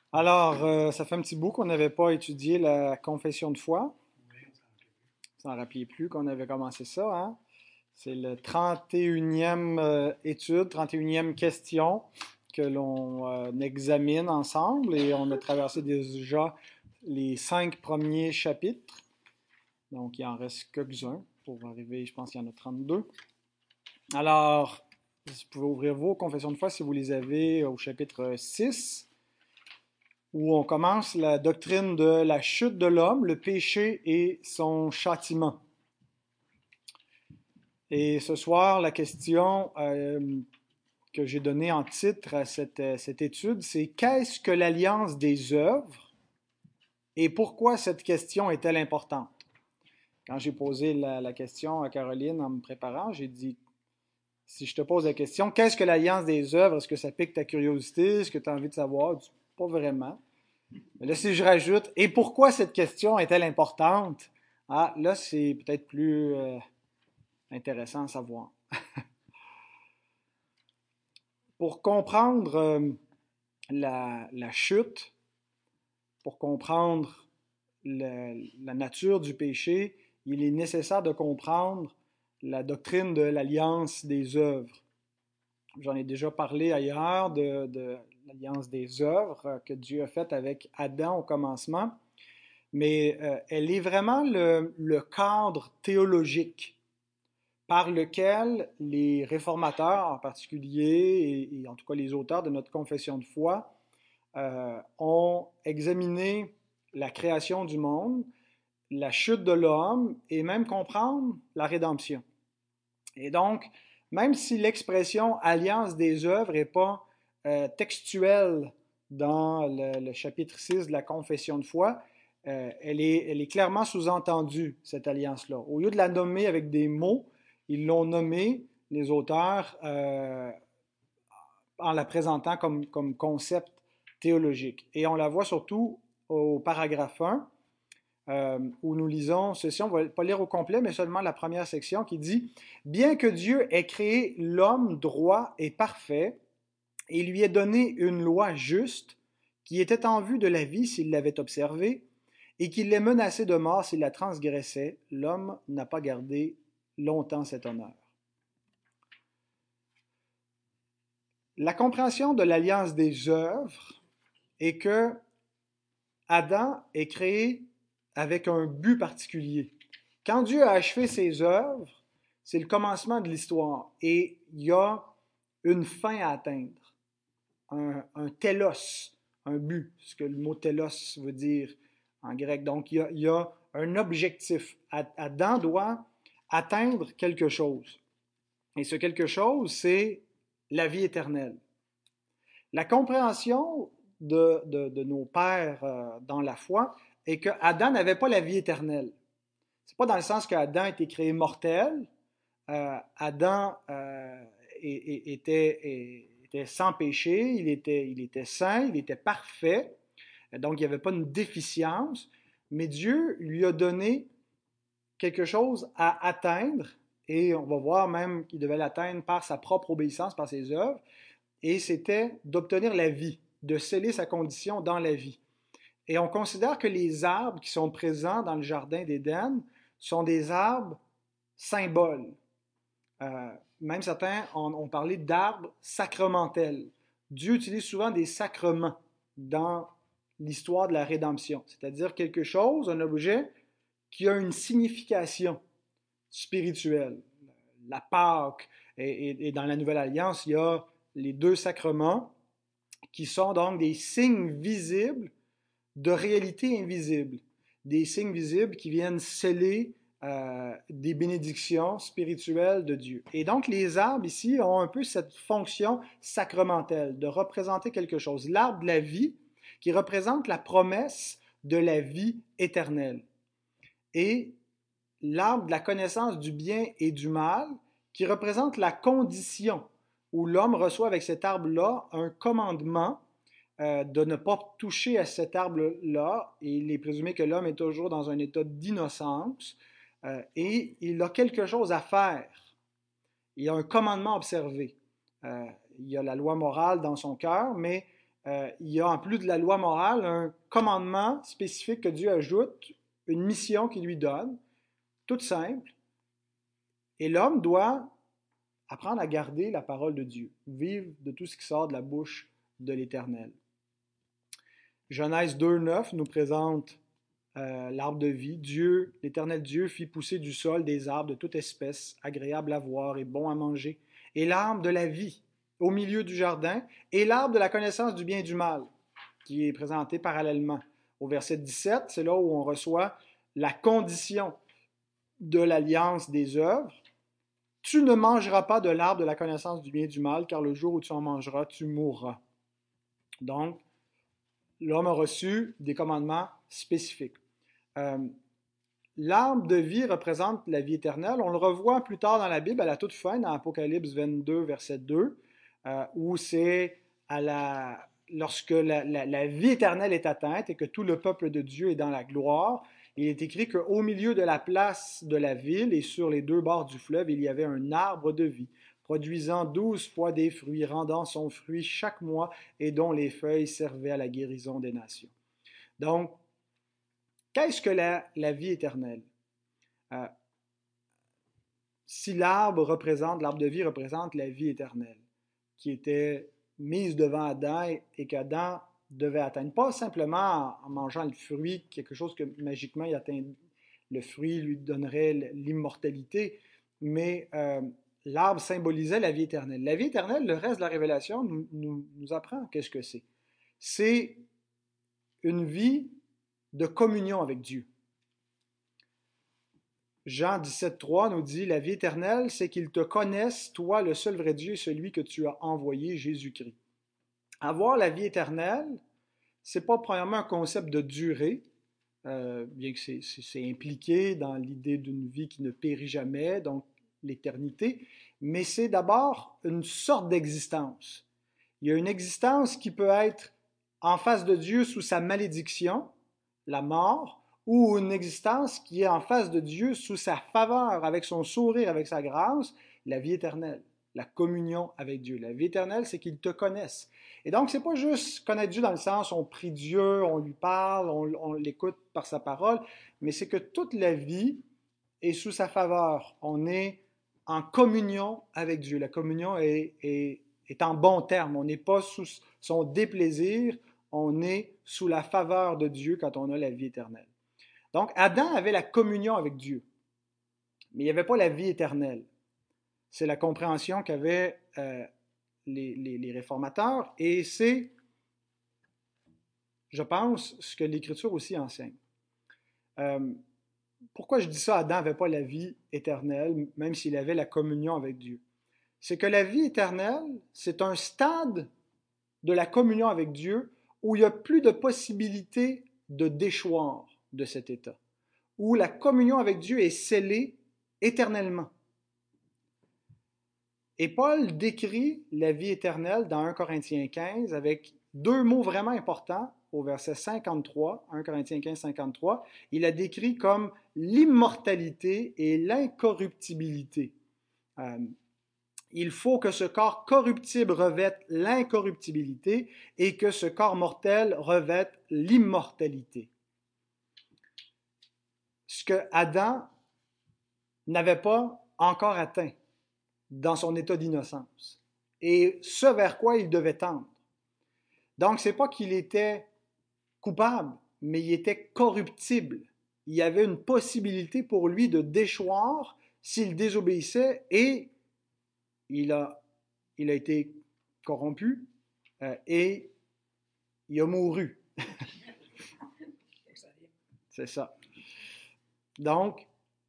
Ça fait un petit bout qu'on n'avait pas étudié la confession de foi. Vous en rappeliez plus qu'on avait commencé ça, hein? C'est le 31e étude, 31e question que l'on examine ensemble et on a traversé déjà les 5 premiers chapitres. Donc, il en reste quelques-uns pour arriver, je pense qu'il y en a 32. Alors, vous pouvez ouvrir vos confessions de foi si vous les avez au chapitre 6, où on commence la doctrine de la chute de l'homme, le péché et son châtiment. Et ce soir, la question que j'ai donnée en titre à cette étude, c'est qu'est-ce que l'alliance des œuvres et pourquoi cette question est-elle importante? Quand j'ai posé la question à Caroline en me préparant, j'ai dit, si je te pose la question, qu'est-ce que l'alliance des œuvres? Est-ce que ça pique ta curiosité? Est-ce que tu as envie de savoir? Pas vraiment. Mais là, si je rajoute, et pourquoi cette question est-elle importante? Ah, là, c'est peut-être plus intéressant à savoir. Pour comprendre la chute, pour comprendre la nature du péché, il est nécessaire de comprendre la doctrine de l'alliance des œuvres. J'en ai déjà parlé ailleurs de l'alliance des œuvres que Dieu a faite avec Adam au commencement, mais elle est vraiment le cadre théologique par lequel les réformateurs en particulier, et en tout cas les auteurs de notre confession de foi, ont examiné la création du monde, la chute de l'homme et même comprendre la rédemption. Et donc, même si l'expression alliance des œuvres n'est pas textuelle dans le chapitre 6 de la confession de foi, elle est clairement sous-entendue, cette alliance-là. Au lieu de la nommer avec des mots, ils l'ont nommée, les auteurs, en la présentant comme concept théologique. Et on la voit surtout au paragraphe 1, où nous lisons ceci, on ne va pas lire au complet, mais seulement la première section qui dit « Bien que Dieu ait créé l'homme droit et parfait, et lui ait donné une loi juste, qui était en vue de la vie s'il l'avait observée, et qu'il l'ait menacé de mort s'il la transgressait, l'homme n'a pas gardé longtemps cet honneur. » La compréhension de l'alliance des œuvres est que Adam est créé avec un but particulier. Quand Dieu a achevé ses œuvres, c'est le commencement de l'histoire et il y a une fin à atteindre, un télos, un but, ce que le mot télos veut dire en grec. Donc il y a un objectif. Adam doit atteindre quelque chose. Et ce quelque chose, c'est la vie éternelle. La compréhension de nos pères dans la foi est que Adam n'avait pas la vie éternelle. C'est pas dans le sens qu'Adam a été créé mortel. Adam était sans péché, il était saint, il était parfait. Donc, il n'y avait pas une déficience. Mais Dieu lui a donné quelque chose à atteindre. Et on va voir même qu'il devait l'atteindre par sa propre obéissance, par ses œuvres. Et c'était d'obtenir la vie, de sceller sa condition dans la vie. Et on considère que les arbres qui sont présents dans le jardin d'Éden sont des arbres symboles. Même certains ont parlé d'arbres sacramentels. Dieu utilise souvent des sacrements dans l'histoire de la rédemption, c'est-à-dire quelque chose, un objet qui a une signification spirituelle. La Pâque, et dans la Nouvelle Alliance, il y a les deux sacrements qui sont donc des signes visibles de réalité invisible, des signes visibles qui viennent sceller des bénédictions spirituelles de Dieu. Et donc les arbres ici ont un peu cette fonction sacramentelle de représenter quelque chose. L'arbre de la vie qui représente la promesse de la vie éternelle. Et l'arbre de la connaissance du bien et du mal qui représente la condition où l'homme reçoit avec cet arbre-là un commandement de ne pas toucher à cet arbre-là. Il est présumé que l'homme est toujours dans un état d'innocence et il a quelque chose à faire. Il y a un commandement à observer. Il y a la loi morale dans son cœur, mais il y a en plus de la loi morale un commandement spécifique que Dieu ajoute, une mission qu'il lui donne, toute simple. Et l'homme doit apprendre à garder la parole de Dieu, vivre de tout ce qui sort de la bouche de l'Éternel. Genèse 2,9 nous présente l'arbre de vie. Dieu, l'Éternel Dieu, fit pousser du sol des arbres de toute espèce, agréables à voir et bons à manger, et l'arbre de la vie au milieu du jardin, et l'arbre de la connaissance du bien et du mal, qui est présenté parallèlement. Au verset 17, c'est là où on reçoit la condition de l'alliance des œuvres. Tu ne mangeras pas de l'arbre de la connaissance du bien et du mal, car le jour où tu en mangeras, tu mourras. Donc, l'homme a reçu des commandements spécifiques. L'arbre de vie représente la vie éternelle. On le revoit plus tard dans la Bible, à la toute fin, dans Apocalypse 22, verset 2, où c'est lorsque la vie éternelle est atteinte et que tout le peuple de Dieu est dans la gloire. Il est écrit qu'au milieu de la place de la ville et sur les deux bords du fleuve, il y avait un arbre de vie, produisant 12 fois des fruits, rendant son fruit chaque mois et dont les feuilles servaient à la guérison des nations. Donc, qu'est-ce que la vie éternelle? Si l'arbre de vie représente la vie éternelle, qui était mise devant Adam et qu'Adam devait atteindre, pas simplement en mangeant le fruit, quelque chose que magiquement il atteint, le fruit lui donnerait l'immortalité, mais l'arbre symbolisait la vie éternelle. La vie éternelle, le reste de la révélation nous apprend qu'est-ce que c'est. C'est une vie de communion avec Dieu. Jean 17,3 nous dit, la vie éternelle, c'est qu'ils te connaissent, toi, le seul vrai Dieu, celui que tu as envoyé, Jésus-Christ. Avoir la vie éternelle, c'est pas premièrement un concept de durée, bien que c'est impliqué dans l'idée d'une vie qui ne périt jamais, donc l'éternité, mais c'est d'abord une sorte d'existence. Il y a une existence qui peut être en face de Dieu sous sa malédiction, la mort, ou une existence qui est en face de Dieu sous sa faveur, avec son sourire, avec sa grâce, la vie éternelle, la communion avec Dieu. La vie éternelle, c'est qu'ils te connaissent. Et donc, c'est pas juste connaître Dieu dans le sens on prie Dieu, on lui parle, on l'écoute par sa parole, mais c'est que toute la vie est sous sa faveur. On est en communion avec Dieu. La communion est en bon terme. On n'est pas sous son déplaisir, on est sous la faveur de Dieu quand on a la vie éternelle. Donc, Adam avait la communion avec Dieu, mais il n'y avait pas la vie éternelle. C'est la compréhension qu'avaient les réformateurs, et c'est, je pense, ce que l'Écriture aussi enseigne. Pourquoi je dis ça, Adam n'avait pas la vie éternelle, même s'il avait la communion avec Dieu? C'est que la vie éternelle, c'est un stade de la communion avec Dieu où il n'y a plus de possibilité de déchoir de cet état, où la communion avec Dieu est scellée éternellement. Et Paul décrit la vie éternelle dans 1 Corinthiens 15 avec deux mots vraiment importants au verset 53, 1 Corinthiens 15, 53. Il a décrit comme l'immortalité et l'incorruptibilité. Il faut que ce corps corruptible revête l'incorruptibilité et que ce corps mortel revête l'immortalité. Ce que Adam n'avait pas encore atteint dans son état d'innocence et ce vers quoi il devait tendre. Donc, ce n'est pas qu'il était coupable, mais il était corruptible. Il y avait une possibilité pour lui de déchoir s'il désobéissait et il a été corrompu et il a mouru. C'est ça. Donc,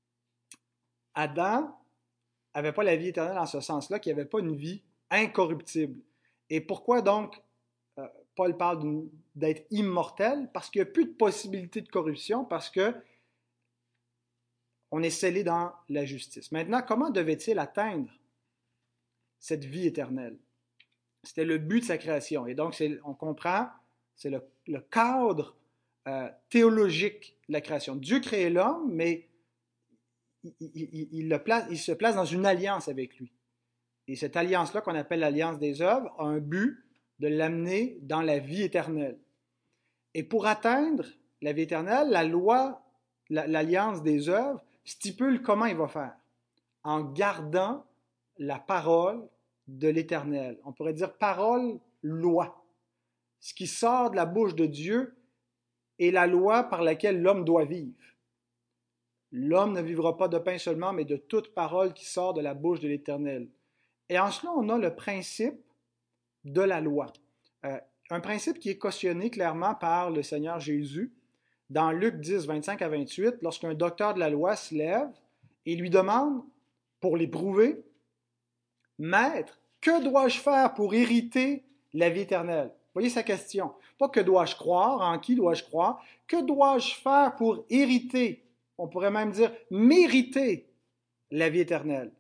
Adam n'avait pas la vie éternelle en ce sens-là, qu'il n'y avait pas une vie incorruptible. Et pourquoi donc Paul parle d'être immortel? Parce qu'il n'y a plus de possibilité de corruption, parce que on est scellé dans la justice. Maintenant, comment devait-il atteindre cette vie éternelle? C'était le but de sa création. Et donc, on comprend, c'est le cadre théologique de la création. Dieu crée l'homme, mais il se place dans une alliance avec lui. Et cette alliance-là, qu'on appelle l'alliance des œuvres, a un but de l'amener dans la vie éternelle. Et pour atteindre la vie éternelle, la loi, l'alliance des œuvres, stipule comment il va faire. En gardant la parole de l'Éternel. On pourrait dire parole, loi. Ce qui sort de la bouche de Dieu est la loi par laquelle l'homme doit vivre. L'homme ne vivra pas de pain seulement, mais de toute parole qui sort de la bouche de l'Éternel. Et en cela, on a le principe de la loi. Un principe qui est cautionné clairement par le Seigneur Jésus dans Luc 10, 25 à 28, lorsqu'un docteur de la loi se lève et lui demande, pour l'éprouver, « Maître, que dois-je faire pour hériter la vie éternelle? » Voyez sa question. Pas que dois-je croire, en qui dois-je croire, que dois-je faire pour hériter, on pourrait même dire mériter la vie éternelle?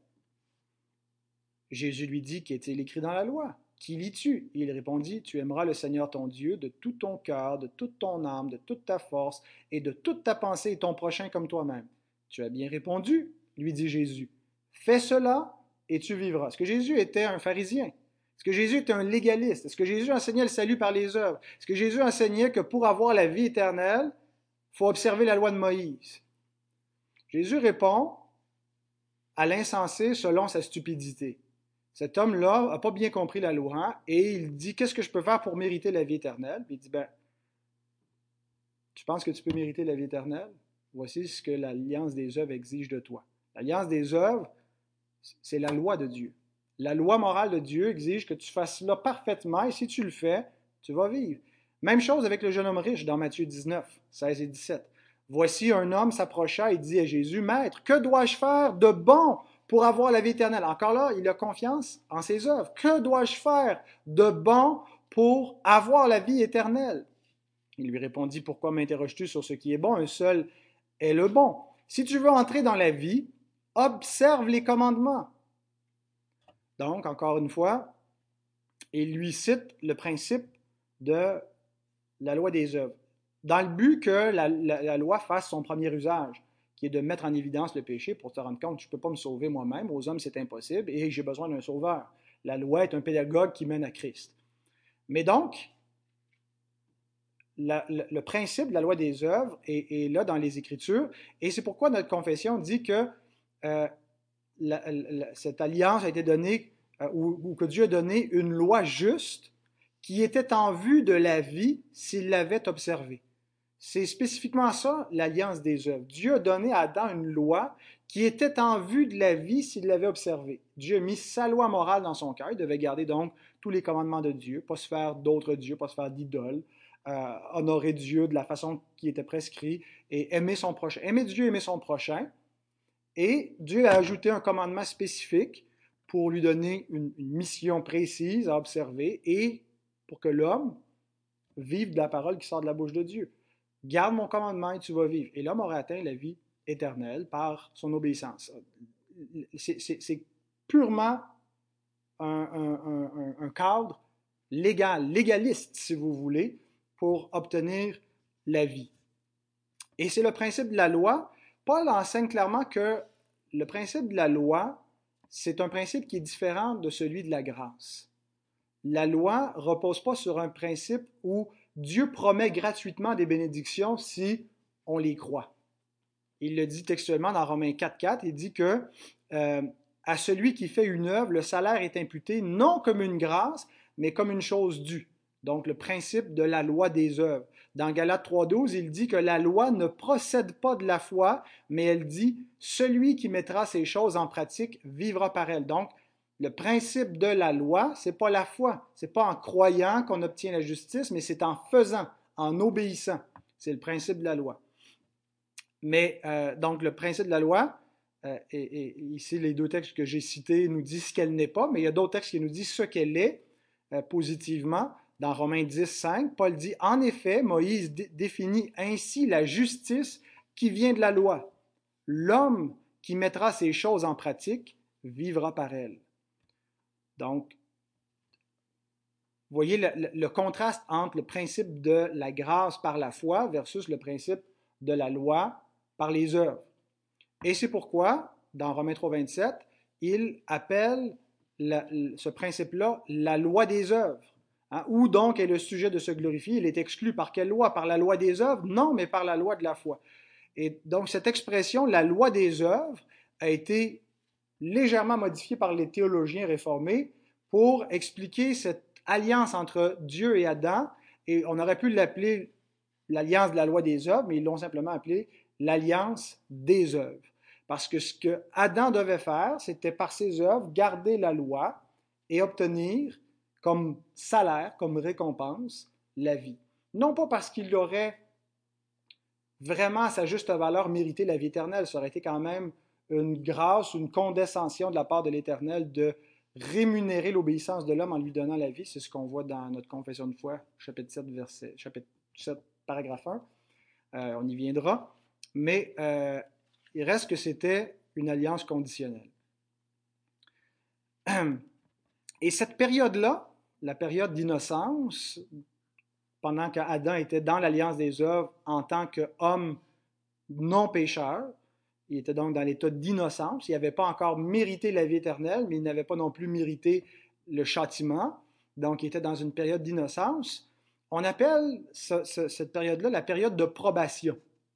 Jésus lui dit, qu'est-il écrit dans la loi? Qui lis-tu? Il répondit, tu aimeras le Seigneur ton Dieu de tout ton cœur, de toute ton âme, de toute ta force et de toute ta pensée et ton prochain comme toi-même. Tu as bien répondu, lui dit Jésus. Fais cela et tu vivras. Est-ce que Jésus était un pharisien? Est-ce que Jésus était un légaliste? Est-ce que Jésus enseignait le salut par les œuvres? Est-ce que Jésus enseignait que pour avoir la vie éternelle, il faut observer la loi de Moïse? Jésus répond à l'insensé selon sa stupidité. Cet homme-là n'a pas bien compris la loi et il dit, qu'est-ce que je peux faire pour mériter la vie éternelle? Puis il dit, ben, tu penses que tu peux mériter la vie éternelle? Voici ce que l'alliance des œuvres exige de toi. L'alliance des œuvres, c'est la loi de Dieu. La loi morale de Dieu exige que tu fasses cela parfaitement et si tu le fais, tu vas vivre. Même chose avec le jeune homme riche dans Matthieu 19, 16 et 17. Voici un homme s'approcha et dit à Jésus, « Maître, que dois-je faire de bon pour avoir la vie éternelle? » Encore là, il a confiance en ses œuvres. « Que dois-je faire de bon pour avoir la vie éternelle? » Il lui répondit, « Pourquoi m'interroges-tu sur ce qui est bon? Un seul est le bon. Si tu veux entrer dans la vie, observe les commandements. » Donc, encore une fois, il lui cite le principe de la loi des œuvres, dans le but que la loi fasse son premier usage, qui est de mettre en évidence le péché pour te rendre compte que je ne peux pas me sauver moi-même, aux hommes c'est impossible, et j'ai besoin d'un sauveur. La loi est un pédagogue qui mène à Christ. Mais donc, le principe de la loi des œuvres est là dans les Écritures, et c'est pourquoi notre confession dit que cette alliance a été donnée, ou que Dieu a donné une loi juste qui était en vue de la vie s'il l'avait observée. C'est spécifiquement ça, l'alliance des œuvres. Dieu a donné à Adam une loi qui était en vue de la vie s'il l'avait observée. Dieu a mis sa loi morale dans son cœur. Il devait garder donc tous les commandements de Dieu, pas se faire d'autres dieux, pas se faire d'idoles, honorer Dieu de la façon qui était prescrite et aimer son prochain. Aimer Dieu, aimer son prochain. Et Dieu a ajouté un commandement spécifique pour lui donner une mission précise à observer et pour que l'homme vive de la parole qui sort de la bouche de Dieu. Garde mon commandement et tu vas vivre. Et l'homme aurait atteint la vie éternelle par son obéissance. C'est purement un cadre légal, légaliste, si vous voulez, pour obtenir la vie. Et c'est le principe de la loi. Paul enseigne clairement que le principe de la loi, c'est un principe qui est différent de celui de la grâce. La loi ne repose pas sur un principe où Dieu promet gratuitement des bénédictions si on les croit. Il le dit textuellement dans Romains 4.4, il dit que à celui qui fait une œuvre, le salaire est imputé non comme une grâce, mais comme une chose due. Donc le principe de la loi des œuvres. Dans Galates 3.12, il dit que la loi ne procède pas de la foi, mais elle dit « Celui qui mettra ces choses en pratique vivra par elles ». Donc, le principe de la loi, ce n'est pas la foi. Ce n'est pas en croyant qu'on obtient la justice, mais c'est en faisant, en obéissant. C'est le principe de la loi. Mais donc le principe de la loi, et ici les deux textes que j'ai cités nous disent ce qu'elle n'est pas, mais il y a d'autres textes qui nous disent ce qu'elle est positivement. Dans Romains 10, 5, Paul dit « En effet, Moïse définit ainsi la justice qui vient de la loi. L'homme qui mettra ces choses en pratique vivra par elles. » Donc, vous voyez le contraste entre le principe de la grâce par la foi versus le principe de la loi par les œuvres. Et c'est pourquoi, dans Romains 3, 27, il appelle ce principe-là la loi des œuvres. Hein? Où donc est le sujet de se glorifier? Il est exclu par quelle loi? Par la loi des œuvres? Non, mais par la loi de la foi. Et donc cette expression, la loi des œuvres, a été légèrement modifiée par les théologiens réformés pour expliquer cette alliance entre Dieu et Adam, et on aurait pu l'appeler l'alliance de la loi des œuvres, mais ils l'ont simplement appelé l'alliance des œuvres. Parce que ce que Adam devait faire, c'était par ses œuvres garder la loi et obtenir comme salaire, comme récompense, la vie. Non pas parce qu'il aurait vraiment à sa juste valeur mérité la vie éternelle, ça aurait été quand même une grâce, une condescension de la part de l'Éternel de rémunérer l'obéissance de l'homme en lui donnant la vie. C'est ce qu'on voit dans notre confession de foi, chapitre 7, paragraphe 1. On y viendra. Mais il reste que c'était une alliance conditionnelle. Et cette période-là, la période d'innocence, pendant qu'Adam était dans l'alliance des œuvres en tant qu'homme non pécheur, il était donc dans l'état d'innocence, il n'avait pas encore mérité la vie éternelle, mais il n'avait pas non plus mérité le châtiment, donc il était dans une période d'innocence. On appelle cette période-là la période de probation.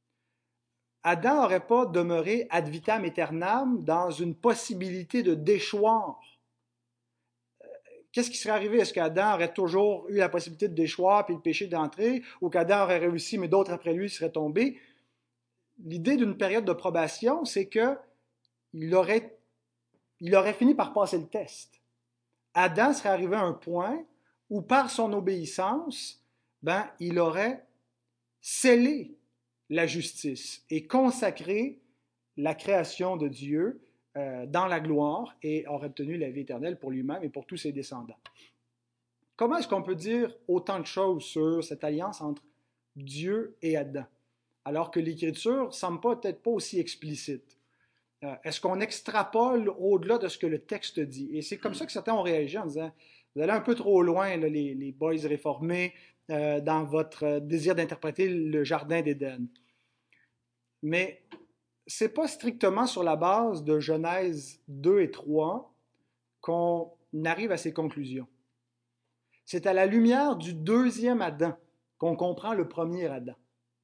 Adam n'aurait pas demeuré ad vitam aeternam dans une possibilité de déchoir. Qu'est-ce qui serait arrivé? Est-ce qu'Adam aurait toujours eu la possibilité de déchoir puis le péché d'entrer, ou qu'Adam aurait réussi, mais d'autres après lui seraient tombés? L'idée d'une période de probation, c'est qu'il aurait fini par passer le test. Adam serait arrivé à un point où, par son obéissance, il aurait scellé la justice et consacré la création de Dieu dans la gloire et aurait obtenu la vie éternelle pour lui-même et pour tous ses descendants. Comment est-ce qu'on peut dire autant de choses sur cette alliance entre Dieu et Adam, alors que l'Écriture ne semble peut-être pas aussi explicite? Est-ce qu'on extrapole au-delà de ce que le texte dit? Et c'est comme ça que certains ont réagi en disant, vous allez un peu trop loin, là, les boys réformés, dans votre désir d'interpréter le Jardin d'Éden. Mais ce n'est pas strictement sur la base de Genèse 2 et 3 qu'on arrive à ces conclusions. C'est à la lumière du deuxième Adam qu'on comprend le premier Adam.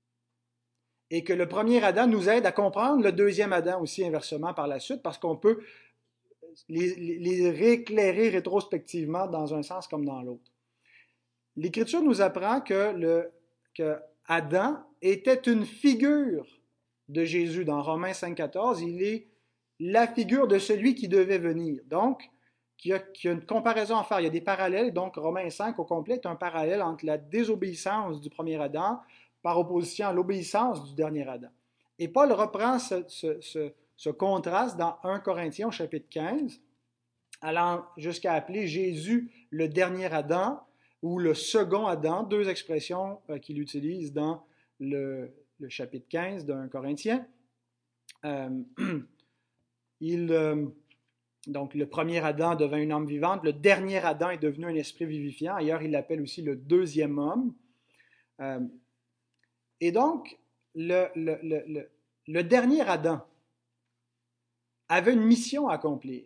Et que le premier Adam nous aide à comprendre le deuxième Adam aussi inversement par la suite, parce qu'on peut les rééclairer rétrospectivement dans un sens comme dans l'autre. L'Écriture nous apprend que Adam était une figure de Jésus. Dans Romains 5,14, il est la figure de celui qui devait venir. Donc, il y a une comparaison à faire. Il y a des parallèles. Donc, Romains 5 au complet est un parallèle entre la désobéissance du premier Adam par opposition à l'obéissance du dernier Adam. Et Paul reprend ce contraste dans 1 Corinthiens au chapitre 15, allant jusqu'à appeler Jésus le dernier Adam ou le second Adam, deux expressions qu'il utilise dans le chapitre 15 de 1 Corinthiens. Donc, le premier Adam devint une âme vivante, le dernier Adam est devenu un esprit vivifiant. Ailleurs, il l'appelle aussi le deuxième homme. Et donc, le dernier Adam avait une mission à accomplir.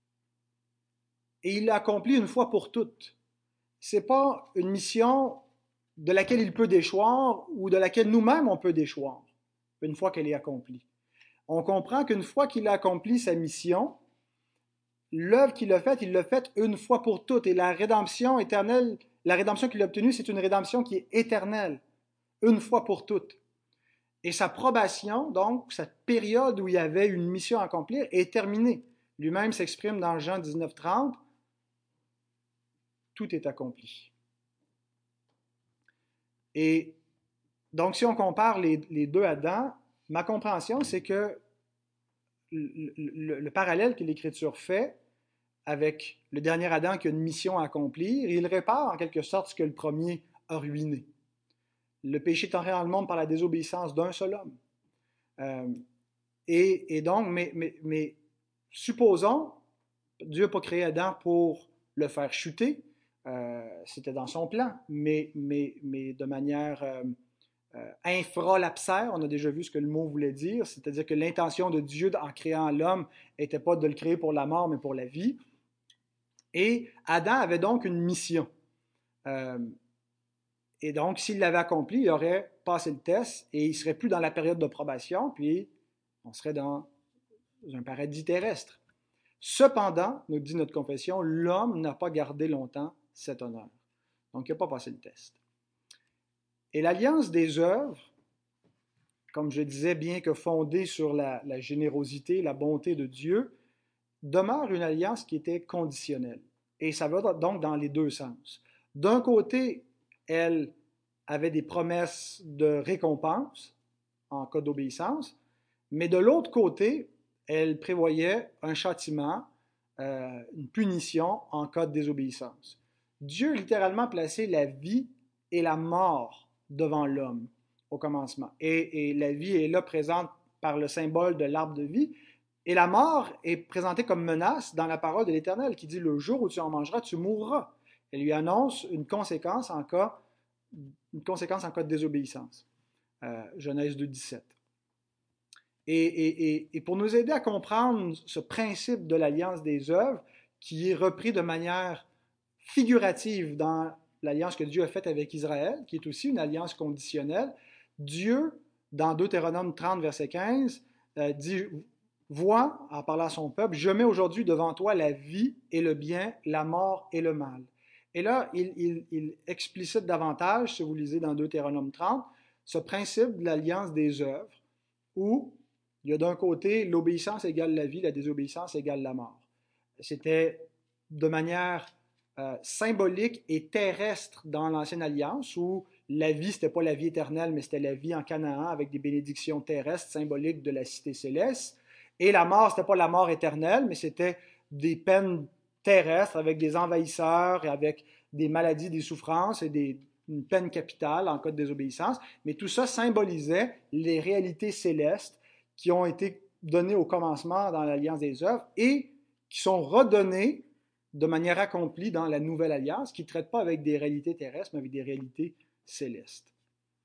Et il l'a accomplie une fois pour toutes. Ce n'est pas une mission de laquelle il peut déchoir ou de laquelle nous-mêmes on peut déchoir une fois qu'elle est accomplie. On comprend qu'une fois qu'il a accompli sa mission, l'œuvre qu'il a faite, il l'a faite une fois pour toutes. Et la rédemption éternelle, la rédemption qu'il a obtenue, c'est une rédemption qui est éternelle, une fois pour toutes. Et sa probation, donc, cette période où il y avait une mission à accomplir, est terminée. Lui-même s'exprime dans Jean 19,30, tout est accompli. Et donc, si on compare les deux Adams, ma compréhension, c'est que le parallèle que l'Écriture fait avec le dernier Adam qui a une mission à accomplir, il répare en quelque sorte ce que le premier a ruiné. Le péché est entré dans le monde par la désobéissance d'un seul homme. Et donc, mais supposons, Dieu n'a pas créé Adam pour le faire chuter, c'était dans son plan, mais de manière infralapsaire, on a déjà vu ce que le mot voulait dire, c'est-à-dire que l'intention de Dieu en créant l'homme n'était pas de le créer pour la mort, mais pour la vie. Et Adam avait donc une mission. Euh, et donc, s'il l'avait accompli, il aurait passé le test et il ne serait plus dans la période de probation, puis on serait dans un paradis terrestre. Cependant, nous dit notre confession, l'homme n'a pas gardé longtemps cet honneur. Donc, il n'a pas passé le test. Et l'alliance des œuvres, comme je disais, bien que fondée sur la générosité, la bonté de Dieu, demeure une alliance qui était conditionnelle. Et ça va donc dans les deux sens. D'un côté, elle avait des promesses de récompense en cas d'obéissance, mais de l'autre côté, elle prévoyait un châtiment, une punition en cas de désobéissance. Dieu a littéralement placé la vie et la mort devant l'homme au commencement. Et la vie est là présente par le symbole de l'arbre de vie, et la mort est présentée comme menace dans la parole de l'Éternel qui dit « Le jour où tu en mangeras, tu mourras ». Elle lui annonce une conséquence en cas de désobéissance. Genèse 2, 17. Et pour nous aider à comprendre ce principe de l'alliance des œuvres, qui est repris de manière figurative dans l'alliance que Dieu a faite avec Israël, qui est aussi une alliance conditionnelle, Dieu, dans Deutéronome 30, verset 15, dit « Vois, en parlant à son peuple, je mets aujourd'hui devant toi la vie et le bien, la mort et le mal. » Et là, il explicite davantage, si vous lisez dans Deutéronome 30, ce principe de l'alliance des œuvres, où il y a d'un côté l'obéissance égale la vie, la désobéissance égale la mort. C'était de manière symbolique et terrestre dans l'Ancienne Alliance, où la vie, c'était pas la vie éternelle, mais c'était la vie en Canaan avec des bénédictions terrestres symboliques de la cité céleste. Et la mort, c'était pas la mort éternelle, mais c'était des peines terrestres avec des envahisseurs et avec des maladies, des souffrances et une peine capitale en cas de désobéissance. Mais tout ça symbolisait les réalités célestes qui ont été données au commencement dans l'Alliance des œuvres et qui sont redonnées de manière accomplie dans la Nouvelle Alliance, qui ne traite pas avec des réalités terrestres, mais avec des réalités célestes.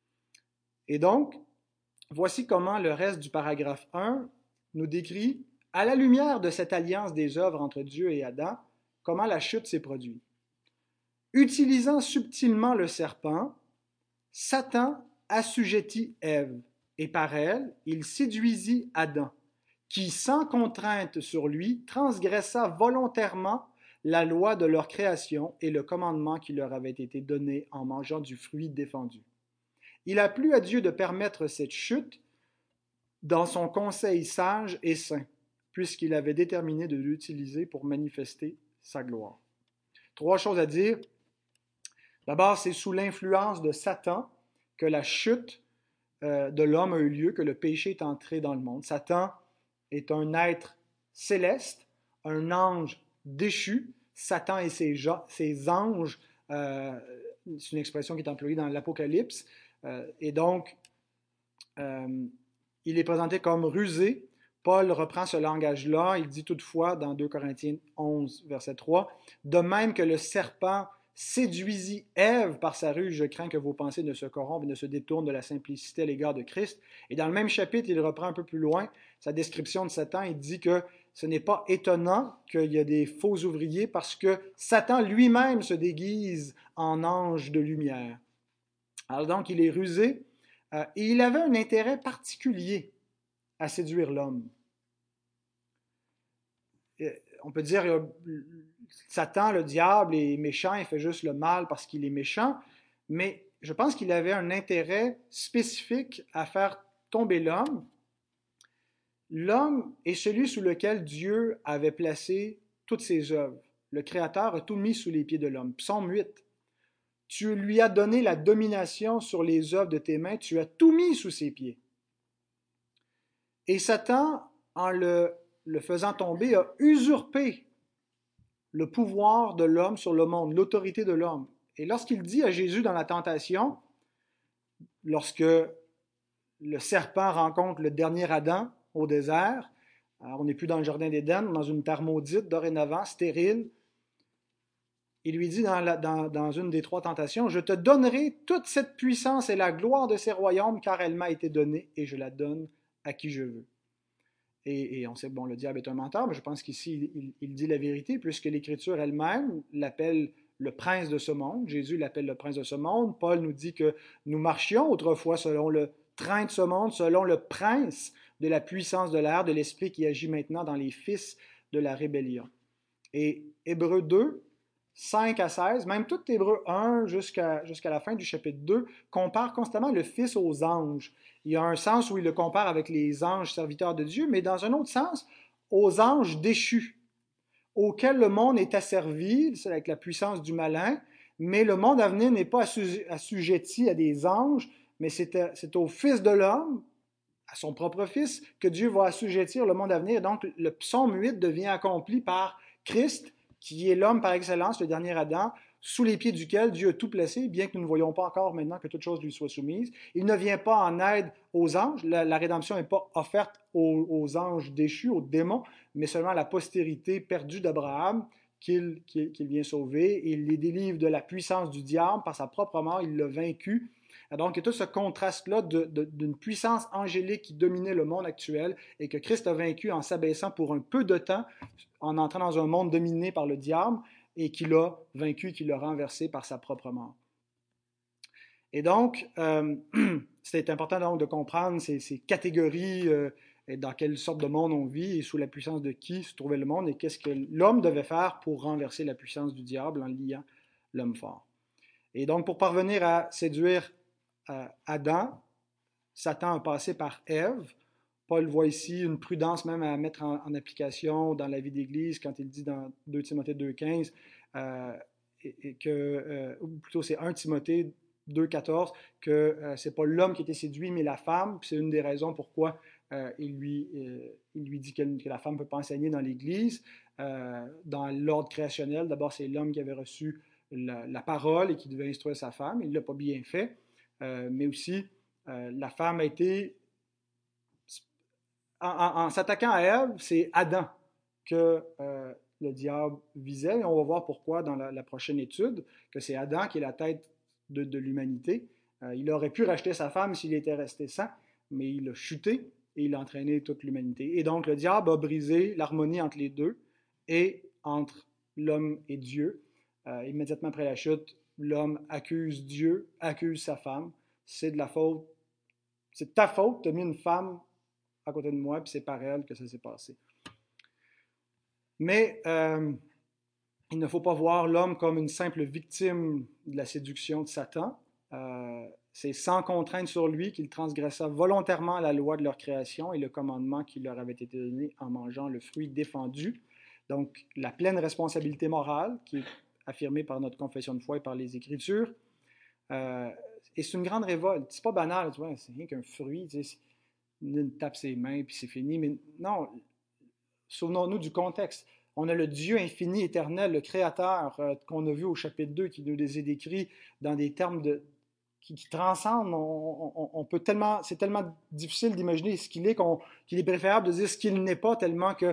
Et donc, voici comment le reste du paragraphe 1 nous décrit, à la lumière de cette alliance des œuvres entre Dieu et Adam, comment la chute s'est produite. Utilisant subtilement le serpent, Satan assujettit Ève, et par elle, il séduisit Adam, qui, sans contrainte sur lui, transgressa volontairement la loi de leur création et le commandement qui leur avait été donné en mangeant du fruit défendu. Il a plu à Dieu de permettre cette chute dans son conseil sage et saint, puisqu'il avait déterminé de l'utiliser pour manifester sa gloire. Trois choses à dire. D'abord, c'est sous l'influence de Satan que la chute de l'homme a eu lieu, que le péché est entré dans le monde. Satan est un être céleste, un ange déchu. Satan et ses anges, c'est une expression qui est employée dans l'Apocalypse, et donc il est présenté comme rusé. Paul reprend ce langage-là, il dit toutefois dans 2 Corinthiens 11, verset 3, « De même que le serpent séduisit Ève par sa ruse, je crains que vos pensées ne se corrompent et ne se détournent de la simplicité à l'égard de Christ. » Et dans le même chapitre, il reprend un peu plus loin sa description de Satan. Il dit que ce n'est pas étonnant qu'il y ait des faux ouvriers parce que Satan lui-même se déguise en ange de lumière. Alors donc, il est rusé et il avait un intérêt particulier à séduire l'homme. On peut dire Satan, le diable, est méchant, il fait juste le mal parce qu'il est méchant, mais je pense qu'il avait un intérêt spécifique à faire tomber l'homme. L'homme est celui sous lequel Dieu avait placé toutes ses œuvres. Le Créateur a tout mis sous les pieds de l'homme. Psaume 8. Tu lui as donné la domination sur les œuvres de tes mains, tu as tout mis sous ses pieds. Et Satan, en le faisant tomber, a usurpé le pouvoir de l'homme sur le monde, l'autorité de l'homme. Et lorsqu'il dit à Jésus dans la tentation, lorsque le serpent rencontre le dernier Adam au désert, alors on n'est plus dans le jardin d'Éden, dans une terre maudite dorénavant, stérile, il lui dit dans une des trois tentations, « Je te donnerai toute cette puissance et la gloire de ces royaumes, car elle m'a été donnée et je la donne à qui je veux. » Et on sait, bon, le diable est un menteur, mais je pense qu'ici, il dit la vérité, puisque l'Écriture elle-même l'appelle le prince de ce monde. Jésus l'appelle le prince de ce monde. Paul nous dit que nous marchions autrefois selon le train de ce monde, selon le prince de la puissance de l'air, de l'esprit qui agit maintenant dans les fils de la rébellion. Et Hébreux 2, 5 à 16, même tout Hébreux 1 jusqu'à la fin du chapitre 2, compare constamment le Fils aux anges. Il y a un sens où il le compare avec les anges serviteurs de Dieu, mais dans un autre sens, aux anges déchus, auxquels le monde est asservi, c'est avec la puissance du malin, mais le monde à venir n'est pas assujetti à des anges, mais c'est au Fils de l'homme, à son propre Fils, que Dieu va assujettir le monde à venir. Donc, le psaume 8 devient accompli par Christ, qui est l'homme par excellence, le dernier Adam, sous les pieds duquel Dieu a tout placé, bien que nous ne voyons pas encore maintenant que toute chose lui soit soumise. Il ne vient pas en aide aux anges. La rédemption n'est pas offerte aux anges déchus, aux démons, mais seulement à la postérité perdue d'Abraham qu'il vient sauver. Il les délivre de la puissance du diable par sa propre mort. Il l'a vaincu. Donc, il y a tout ce contraste-là d'une puissance angélique qui dominait le monde actuel et que Christ a vaincu en s'abaissant pour un peu de temps, en entrant dans un monde dominé par le diable, et qu'il a vaincu, qu'il a renversé par sa propre mort. Et donc, c'est important donc de comprendre ces catégories, et dans quelle sorte de monde on vit et sous la puissance de qui se trouvait le monde et qu'est-ce que l'homme devait faire pour renverser la puissance du diable en liant l'homme fort. Et donc, pour parvenir à séduire Adam, Satan a passé par Ève. Paul voit ici une prudence même à mettre en application dans la vie d'Église quand il dit dans 2 Timothée 2,15 ou plutôt c'est 1 Timothée 2,14 que c'est pas l'homme qui a été séduit mais la femme. Puis c'est une des raisons pourquoi il lui dit que la femme ne peut pas enseigner dans l'Église. Dans l'ordre créationnel, d'abord c'est l'homme qui avait reçu la parole et qui devait instruire sa femme. Il ne l'a pas bien fait. Mais aussi, la femme a été... En s'attaquant à Ève, c'est Adam que le diable visait. Et on va voir pourquoi dans la prochaine étude, que c'est Adam qui est la tête de l'humanité. Il aurait pu racheter sa femme s'il était resté sain, mais il a chuté et il a entraîné toute l'humanité. Et donc, le diable a brisé l'harmonie entre les deux et entre l'homme et Dieu. Immédiatement après la chute, l'homme accuse Dieu, accuse sa femme. C'est de la faute. C'est ta faute, tu as mis une femme à côté de moi, puis c'est par elle que ça s'est passé. Mais il ne faut pas voir l'homme comme une simple victime de la séduction de Satan. C'est sans contrainte sur lui qu'il transgressa volontairement la loi de leur création et le commandement qui leur avait été donné en mangeant le fruit défendu. Donc, la pleine responsabilité morale qui est affirmée par notre confession de foi et par les Écritures. Et c'est une grande révolte. C'est pas banal, tu vois, c'est rien qu'un fruit, tu sais, il tape ses mains puis c'est fini. Mais non, souvenons-nous du contexte. On a le Dieu infini, éternel, le Créateur qu'on a vu au chapitre 2 qui nous les a décrits dans des termes qui transcendent. On peut tellement, c'est tellement difficile d'imaginer ce qu'il est qu'il est préférable de dire ce qu'il n'est pas tellement que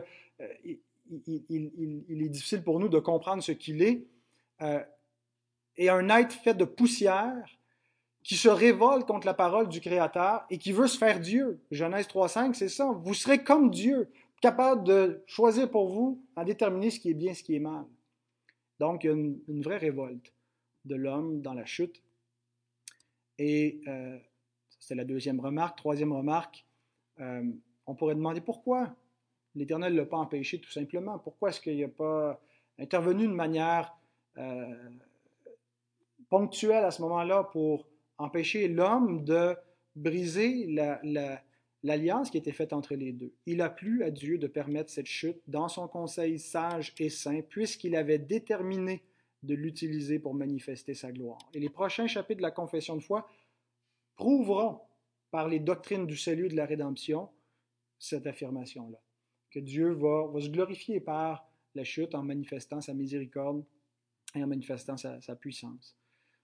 il est difficile pour nous de comprendre ce qu'il est. Et un être fait de poussière qui se révolte contre la parole du Créateur et qui veut se faire Dieu. Genèse 3,5, c'est ça. Vous serez comme Dieu, capable de choisir pour vous, en déterminer ce qui est bien, ce qui est mal. Donc, il y a une vraie révolte de l'homme dans la chute. Et c'est la deuxième remarque. Troisième remarque, on pourrait demander pourquoi l'Éternel ne l'a pas empêché tout simplement. Pourquoi est-ce qu'il n'a pas intervenu de manière ponctuelle à ce moment-là pour empêcher l'homme de briser l'alliance qui était faite entre les deux. Il a plu à Dieu de permettre cette chute dans son conseil sage et saint, puisqu'il avait déterminé de l'utiliser pour manifester sa gloire. Et les prochains chapitres de la confession de foi prouveront par les doctrines du salut et de la rédemption cette affirmation-là, que Dieu va se glorifier par la chute en manifestant sa miséricorde et en manifestant sa puissance.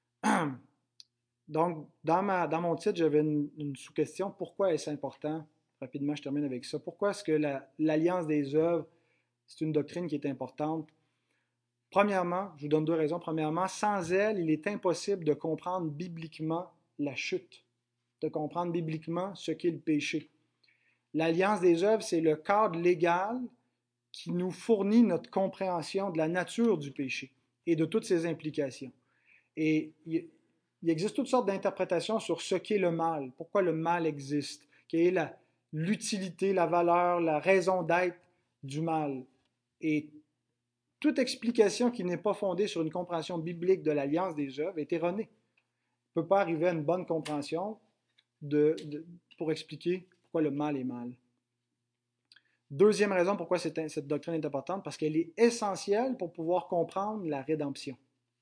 Donc, dans mon titre, j'avais une sous-question. Pourquoi est-ce important? Rapidement, je termine avec ça. Pourquoi est-ce que l'alliance des œuvres, c'est une doctrine qui est importante? Premièrement, je vous donne deux raisons. Premièrement, sans elle, il est impossible de comprendre bibliquement la chute, de comprendre bibliquement ce qu'est le péché. L'alliance des œuvres, c'est le cadre légal qui nous fournit notre compréhension de la nature du péché. et de toutes ses implications. Et il existe toutes sortes d'interprétations sur ce qu'est le mal, pourquoi le mal existe, quelle est l'utilité, la valeur, la raison d'être du mal. Et toute explication qui n'est pas fondée sur une compréhension biblique de l'alliance des œuvres est erronée. On ne peut pas arriver à une bonne compréhension pour expliquer pourquoi le mal est mal. Deuxième raison pourquoi cette doctrine est importante, parce qu'elle est essentielle pour pouvoir comprendre la rédemption.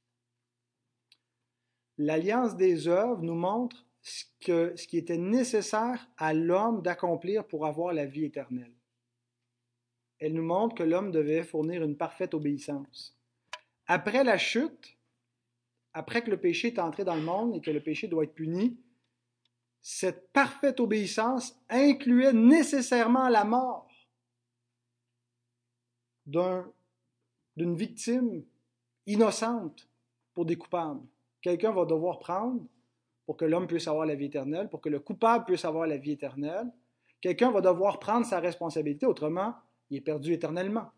L'alliance des œuvres nous montre ce qui était nécessaire à l'homme d'accomplir pour avoir la vie éternelle. Elle nous montre que l'homme devait fournir une parfaite obéissance. Après la chute, après que le péché est entré dans le monde et que le péché doit être puni, cette parfaite obéissance incluait nécessairement la mort d'une victime innocente pour des coupables. Quelqu'un va devoir prendre pour que l'homme puisse avoir la vie éternelle, pour que le coupable puisse avoir la vie éternelle. Quelqu'un va devoir prendre sa responsabilité, autrement, il est perdu éternellement.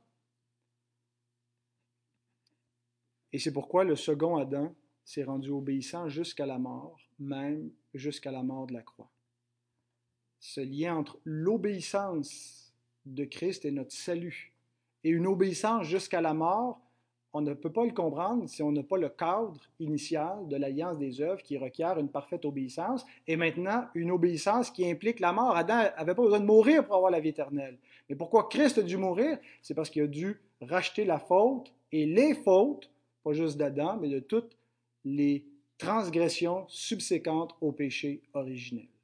Et c'est pourquoi le second Adam s'est rendu obéissant jusqu'à la mort, même jusqu'à la mort de la croix. Ce lien entre l'obéissance de Christ et notre salut, et une obéissance jusqu'à la mort, on ne peut pas le comprendre si on n'a pas le cadre initial de l'alliance des œuvres qui requiert une parfaite obéissance, et maintenant une obéissance qui implique la mort. Adam n'avait pas besoin de mourir pour avoir la vie éternelle. Mais pourquoi Christ a dû mourir? C'est parce qu'il a dû racheter la faute et les fautes, pas juste d'Adam, mais de toutes les transgressions subséquentes au péché originel.